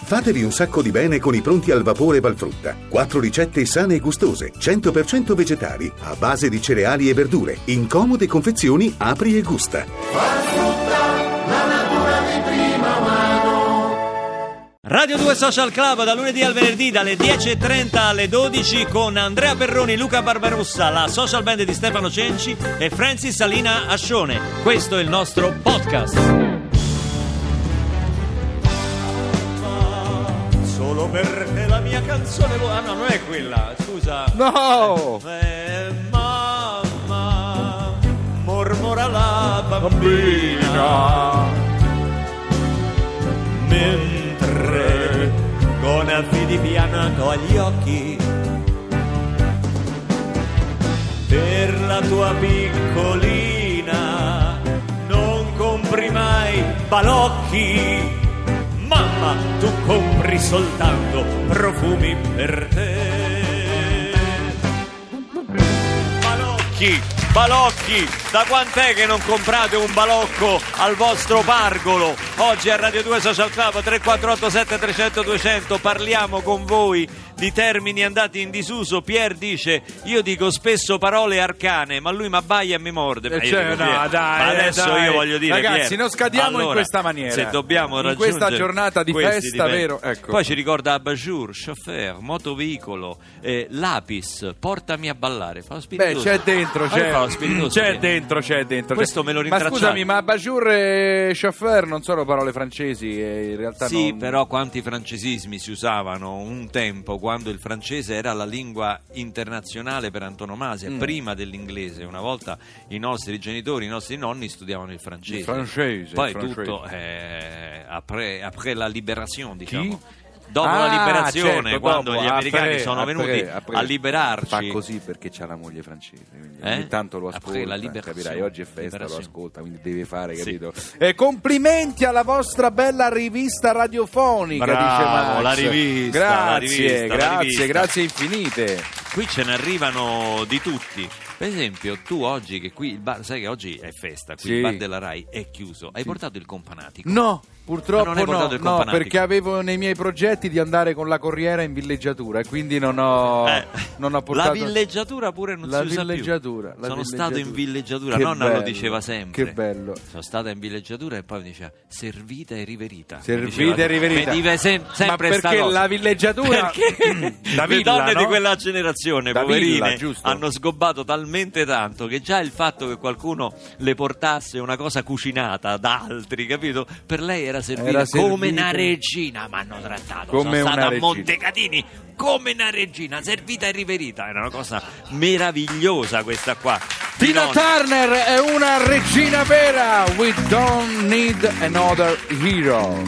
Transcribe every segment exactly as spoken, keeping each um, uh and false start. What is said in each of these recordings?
Fatevi un sacco di bene con i pronti al vapore Valfrutta. Quattro ricette sane e gustose, cento per cento vegetali, a base di cereali e verdure, in comode confezioni Apri e Gusta. Valfrutta, la natura di prima mano. Radio due Social Club da lunedì al venerdì dalle dieci e trenta alle dodici con Andrea Perroni, Luca Barbarossa, la social band di Stefano Cenci e Francis Salina Ascione. Questo è il nostro podcast. Solo perché la mia canzone vuole... Ah no, non è quella, scusa. No! Eh, mamma, mormora la bambina, mentre con affi di pianto agli occhi per la tua piccolina non compri mai balocchi. Mamma, tu compri soltanto profumi per te. Balocchi, balocchi, da quant'è che non comprate un balocco al vostro pargolo? Oggi a Radio due Social Club tre quattro otto sette tre zero zero due zero zero parliamo con voi di termini andati in disuso. Pier dice: io dico spesso parole arcane, ma lui mi abbaia e mi morde. Ma, io cioè, dico, no, Pier, dai, ma adesso dai. io voglio dire, ragazzi, Pier, non scadiamo allora, in questa maniera. Se dobbiamo in raggiungere questa giornata di questi festa, dipende. vero? Ecco. Poi ci ricorda Abajur, chauffeur, motoveicolo, eh, lapis, portami a ballare. Fa lo Beh, spiritoso. c'è dentro, Ma c'è, fa lo spiritoso, c'è Pier. dentro, c'è dentro. Questo me lo rintracciate. Ma scusami, ma Bajur e chauffeur non sono parole francesi e in realtà Sì, non... però quanti francesismi si usavano un tempo quando il francese era la lingua internazionale per antonomasia, mm. prima dell'inglese. Una volta i nostri genitori, i nostri nonni studiavano il francese. Il francese Poi il francese. tutto eh, après, après la libération, diciamo. Chi? Dopo Ah, la liberazione, certo, quando dopo, gli americani après, sono après, venuti après. a liberarci. Fa così perché c'ha la moglie francese, quindi Eh? ogni tanto lo Après ascolta, la liberazione. capirai, oggi è festa, Liberazione. lo ascolta, quindi deve fare, Sì. capito? E complimenti alla vostra bella rivista radiofonica, Bravo, dice Max. la rivista, Grazie, la rivista, la grazie, rivista. grazie infinite. Qui ce ne arrivano di tutti. Per esempio, tu oggi che qui il bar, sai che oggi è festa, qui Sì. il bar della Rai è chiuso. Hai Sì. portato il companatico? No, Ah, purtroppo non hai no, portato il no, companatico? perché avevo nei miei progetti di andare con la corriera in villeggiatura e quindi non ho, Eh, non ho portato... La villeggiatura pure non La si usa villeggiatura, più. la Sono villeggiatura. stato in villeggiatura, Che nonna lo bello, diceva sempre. che bello. Sono stata in villeggiatura e poi mi diceva servita e riverita. Servita Mi diceva, e riverita. mi dice sem- sempre Ma sta perché cosa. la villeggiatura... Perché Da le villa, donne no? di quella generazione, Da poverine, villa, giusto. hanno sgobbato talmente tanto che già il fatto che qualcuno le portasse una cosa cucinata da altri, capito? Per lei era servita Era come servita. una regina, mi hanno trattato. Come Sono una stata a regina. Montecatini come una regina, servita e riverita. Era una cosa meravigliosa questa qua. Tina Non- Turner è una regina vera. We don't need another hero.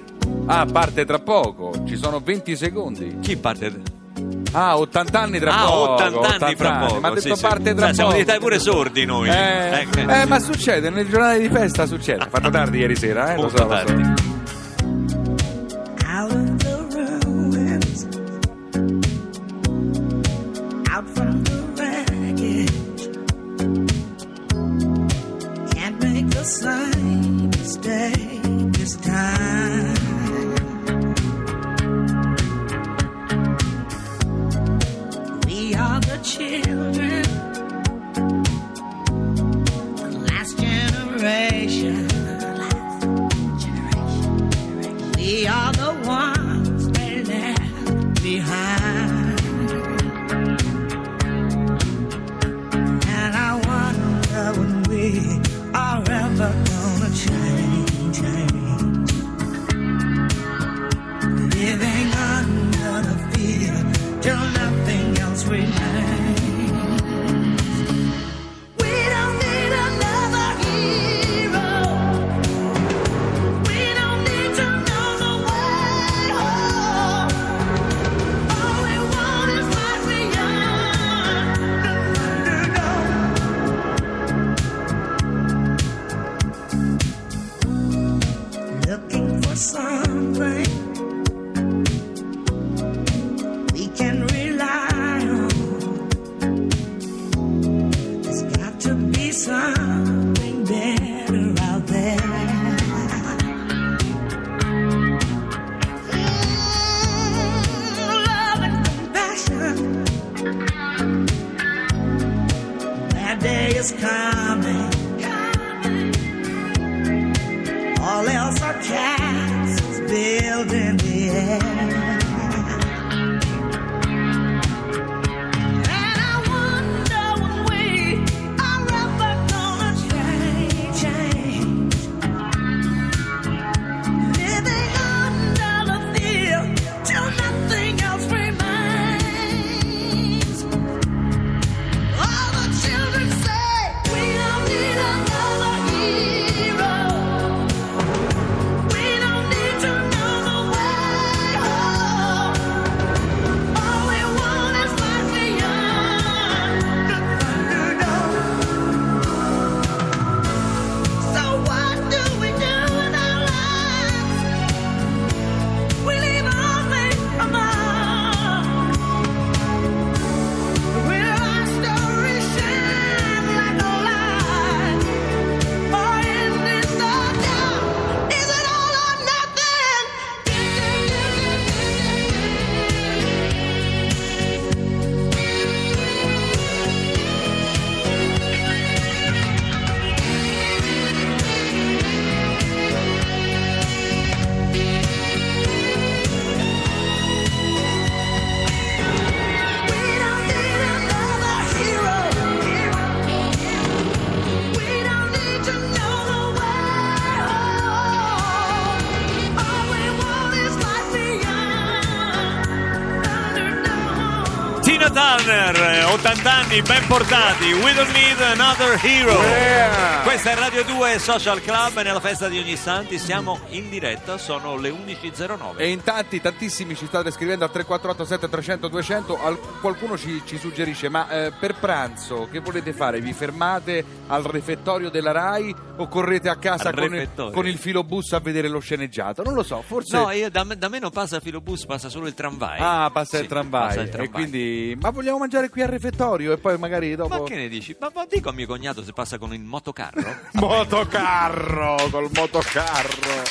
Ah, parte tra poco. Ci sono venti secondi. Chi parte? Ah, ottanta anni tra Ah, poco. ottanta anni fra poco. Ma ha detto sì, parte sì. tra Sai, siamo poco. diventati pure sordi noi. Eh, Ecco. eh, ma succede, nelle giornate di festa succede. Fatto tardi ieri sera, eh? Lo Molto so, lo so. tardi. Out of the ruins, out from the wreckage, can't make the same mistake this time. We are the children, the last generation, last generation. is coming. All else are castles built in the air. Turner, ottanta anni ben portati, We Don't Need Another Hero. Yeah. Questa è Radio due Social Club e nella festa di Ognissanti siamo in diretta, sono le undici e zero nove. E in tanti, tantissimi ci state scrivendo al tre quattro otto sette trecento duecento. Al, qualcuno ci, ci suggerisce, ma eh, per pranzo che volete fare? Vi fermate al refettorio della Rai o correte a casa con il, con il filobus a vedere lo sceneggiato? Non lo so, forse... No, io, da, me, da me non passa il filobus, passa solo il tramvai. Ah, passa, sì, il, tramvai. passa il tramvai. E quindi... Ma vogliamo mangiare qui al refettorio e poi magari dopo... Ma che ne dici? Ma, ma dico a mio cognato se passa con il motocarro. Motocarro, col motocarro.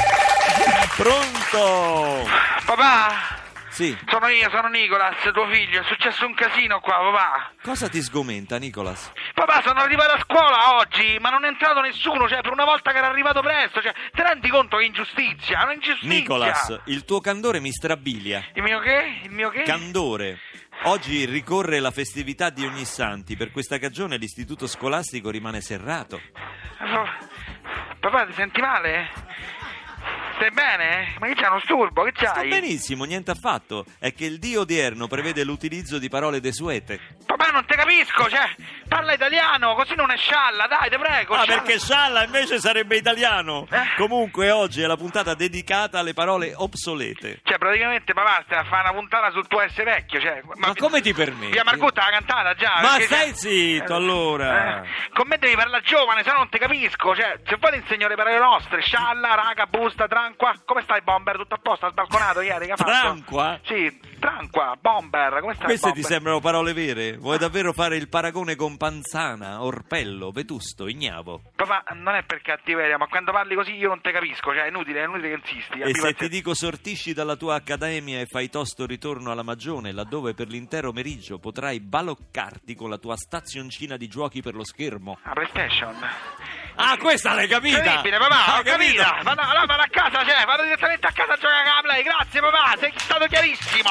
Pronto? Papà? Sì. Sono io, sono Nicolas, tuo figlio. È successo un casino qua, papà. Cosa ti sgomenta, Nicolas? Papà, sono arrivato a scuola oggi, ma non è entrato nessuno, cioè per una volta che era arrivato presto, cioè, ti rendi conto che è ingiustizia? È una ingiustizia. Nicolas, il tuo candore mi strabilia. Il mio che? Il mio che? Candore. Oggi ricorre la festività di Ognissanti, per questa cagione l'istituto scolastico rimane serrato. Papà, ti senti male? Stai bene? Ma che c'è uno sturbo? Che c'hai? Sto benissimo, niente affatto. È che il dio odierno prevede l'utilizzo di parole desuete. Papà, non te capisco, cioè, parla italiano, così non è scialla, dai, te prego. Ah, scialla. perché scialla invece sarebbe italiano. Eh? Comunque oggi è la puntata dedicata alle parole obsolete. Cioè, praticamente, papà, stai a fare una puntata sul tuo essere vecchio, cioè... Ma, ma come ti permetti? Via Margutta l'ha cantata già. Ma perché, stai cioè, zitto, eh, allora. Eh, con me devi parlare giovane, se no non te capisco, cioè, se vuoi ti insegno le parole nostre, scialla, raga, busta, tranqua. Come stai, Bomber? Tutto a posto? Has sbalconato ieri? Che ha fatto? Tranqua? Sì, tranqua, Bomber, come stai, Queste Bomber? ti sembrano parole vere? Vuoi davvero fare il paragone con Panzana, Orpello, Vetusto, Ignavo? Papà, non è per cattiveria, ma quando parli così io non te capisco, cioè è inutile, è inutile che insisti. E se ti dico sortisci dalla tua accademia e fai tosto ritorno alla Magione, laddove per l'intero meriggio potrai baloccarti con la tua stazioncina di giochi per lo schermo? La PlayStation. Ah, questa l'hai capita! Incredibile, papà, Hai ho capita! Vado, allora vado a casa, cioè, vado direttamente a casa a giocare a Play, grazie papà, sei stato chiarissimo!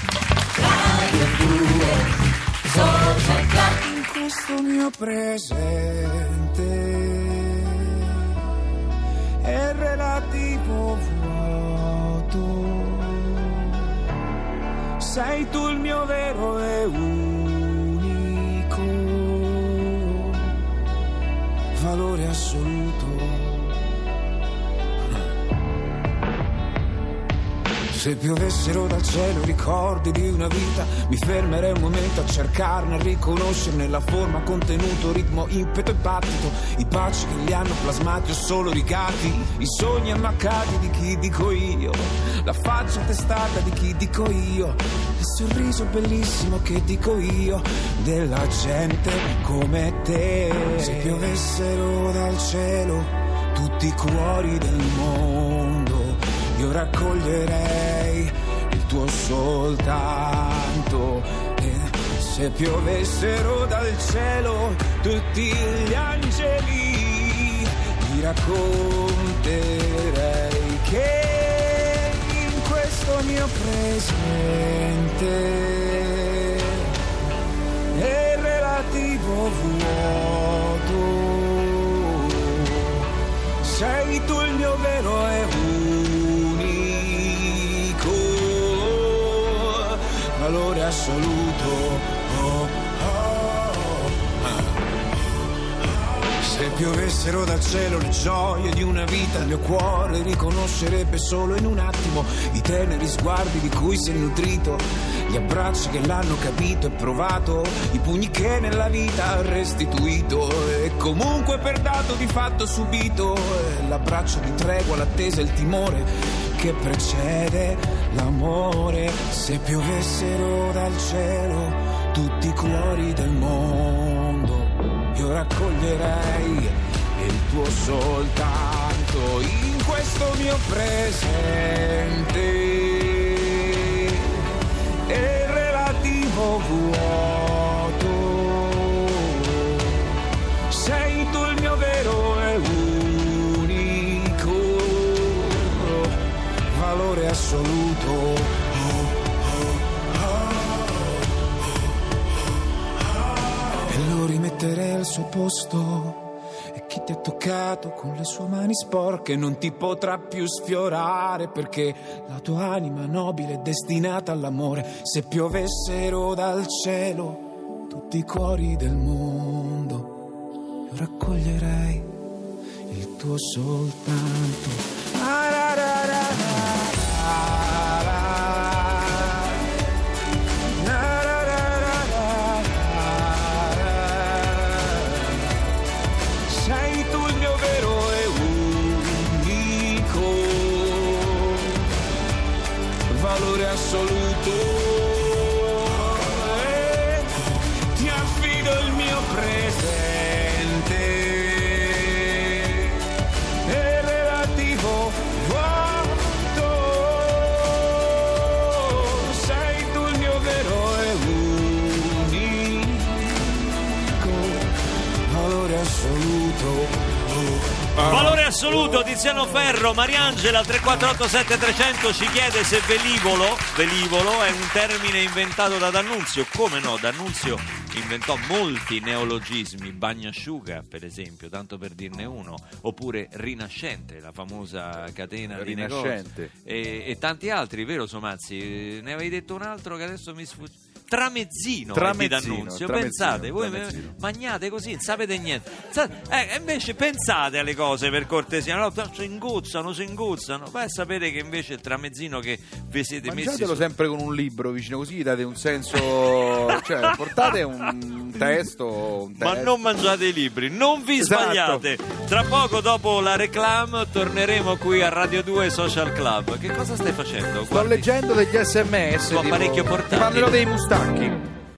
In questo mio presente è relativo vuoto, sei tu il mio vero e unico valore assoluto. Se piovessero dal cielo ricordi di una vita, mi fermerei un momento a cercarne, a riconoscerne la forma, contenuto, ritmo, impeto e battito, i baci che li hanno plasmati o solo ricatti, i sogni ammaccati di chi dico io, la faccia testata di chi dico io, il sorriso bellissimo che dico io, della gente come te. Se piovessero dal cielo tutti i cuori del mondo, io raccoglierei il tuo soltanto e Se piovessero dal cielo tutti gli angeli, ti racconterei che in questo mio presente è relativo vuoto, sei tu il mio vero e unico valore assoluto. Oh, oh, oh. Se piovessero dal cielo le gioie di una vita, il mio cuore riconoscerebbe solo in un attimo i teneri sguardi di cui si è nutrito, gli abbracci che l'hanno capito e provato, i pugni che nella vita ha restituito e comunque per dato di fatto subito, e l'abbraccio di tregua, l'attesa e il timore che precede l'amore. Se piovessero dal cielo tutti i colori del mondo, io raccoglierei il tuo soltanto in questo mio presente e relativo vuoto. Sei tu il mio vero e unico valore assoluto. E lo rimetterei al suo posto, e chi ti ha toccato con le sue mani sporche non ti potrà più sfiorare, perché la tua anima nobile è destinata all'amore. Se piovessero dal cielo tutti i cuori del mondo, io raccoglierei il tuo soltanto. Ah, ra, ra, ra, ra. Valore assoluto, eh, ti affido il mio presente e relativo vuoto, sei tu il mio vero e unico valore assoluto. Valore assoluto, Tiziano Ferro. Mariangela al tre quattro otto sette trecento ci chiede se velivolo, velivolo è un termine inventato da D'Annunzio. Come no, D'Annunzio inventò molti neologismi, bagnasciuga per esempio, tanto per dirne uno, oppure Rinascente, la famosa catena di negozi, e, e tanti altri, vero Somazzi? Ne avevi detto un altro che adesso mi sfugge. Tramezzino, tramezzino, di D'Annunzio, tramezzino, pensate, voi tramezzino. Magnate così, non sapete niente. Eh, invece pensate alle cose per cortesia, no? Si ingozzano, si ingozzano. Beh, sapete che invece il tramezzino che vi siete messi mangiatelo su... sempre con un libro vicino, così date un senso, cioè portate un testo, un testo. Ma non mangiate i libri, non vi Esatto. sbagliate. Tra poco, dopo la reclame, torneremo qui a Radio due Social Club. Che cosa stai facendo? Sto Guardi, leggendo degli sms Tuo tipo, apparecchio ti portatile. parlerò dei mustacchi.